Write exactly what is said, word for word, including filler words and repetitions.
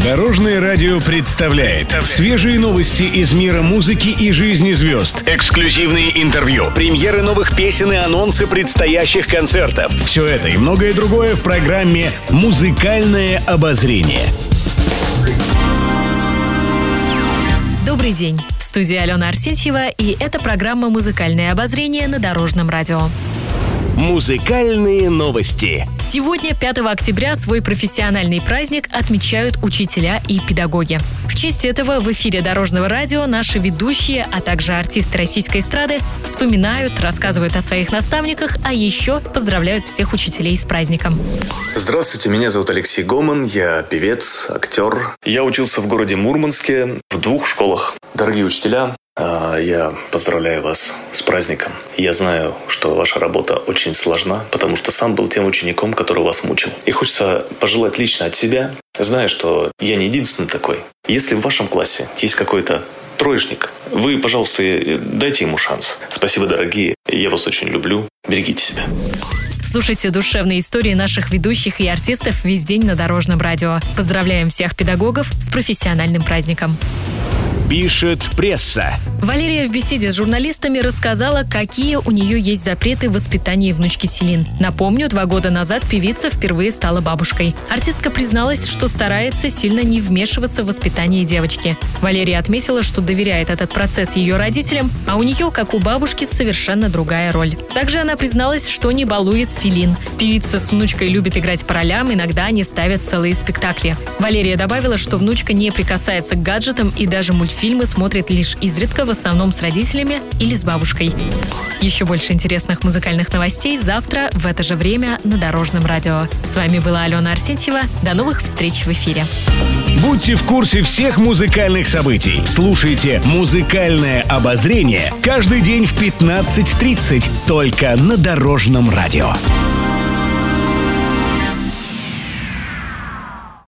Дорожное радио представляет свежие новости из мира музыки и жизни звезд. Эксклюзивные интервью, премьеры новых песен и анонсы предстоящих концертов. Все это и многое другое в программе «Музыкальное обозрение». Добрый день. В студии Алена Арсентьева, и это программа «Музыкальное обозрение» на Дорожном радио. Музыкальные новости. Сегодня, пятого октября, свой профессиональный праздник отмечают учителя и педагоги. В честь этого в эфире Дорожного радио наши ведущие, а также артисты российской эстрады вспоминают, рассказывают о своих наставниках, а еще поздравляют всех учителей с праздником. Здравствуйте, меня зовут Алексей Гоман, я певец, актер. Я учился в городе Мурманске в двух школах. Дорогие учителя, я поздравляю вас с праздником. Я знаю, что ваша работа очень сложна, потому что сам был тем учеником, который вас мучил. И хочется пожелать лично от себя, зная, что я не единственный такой. Если в вашем классе есть какой-то троечник, вы, пожалуйста, дайте ему шанс. Спасибо, дорогие. Я вас очень люблю. Берегите себя. Слушайте душевные истории наших ведущих и артистов весь день на Дорожном радио. Поздравляем всех педагогов с профессиональным праздником. Пишет пресса. Валерия в беседе с журналистами рассказала, какие у нее есть запреты в воспитании внучки Селин. Напомню, два года назад певица впервые стала бабушкой. Артистка призналась, что старается сильно не вмешиваться в воспитание девочки. Валерия отметила, что доверяет этот процесс ее родителям, а у нее, как у бабушки, совершенно другая роль. Также она призналась, что не балует Селин. Певица с внучкой любит играть по ролям, иногда они ставят целые спектакли. Валерия добавила, что внучка не прикасается к гаджетам и даже мультфильмам Фильмы смотрит лишь изредка, в основном с родителями или с бабушкой. Еще больше интересных музыкальных новостей завтра в это же время на Дорожном радио. С вами была Алена Арсентьева. До новых встреч в эфире. Будьте в курсе всех музыкальных событий. Слушайте «Музыкальное обозрение» каждый день в пятнадцать тридцать только на Дорожном радио.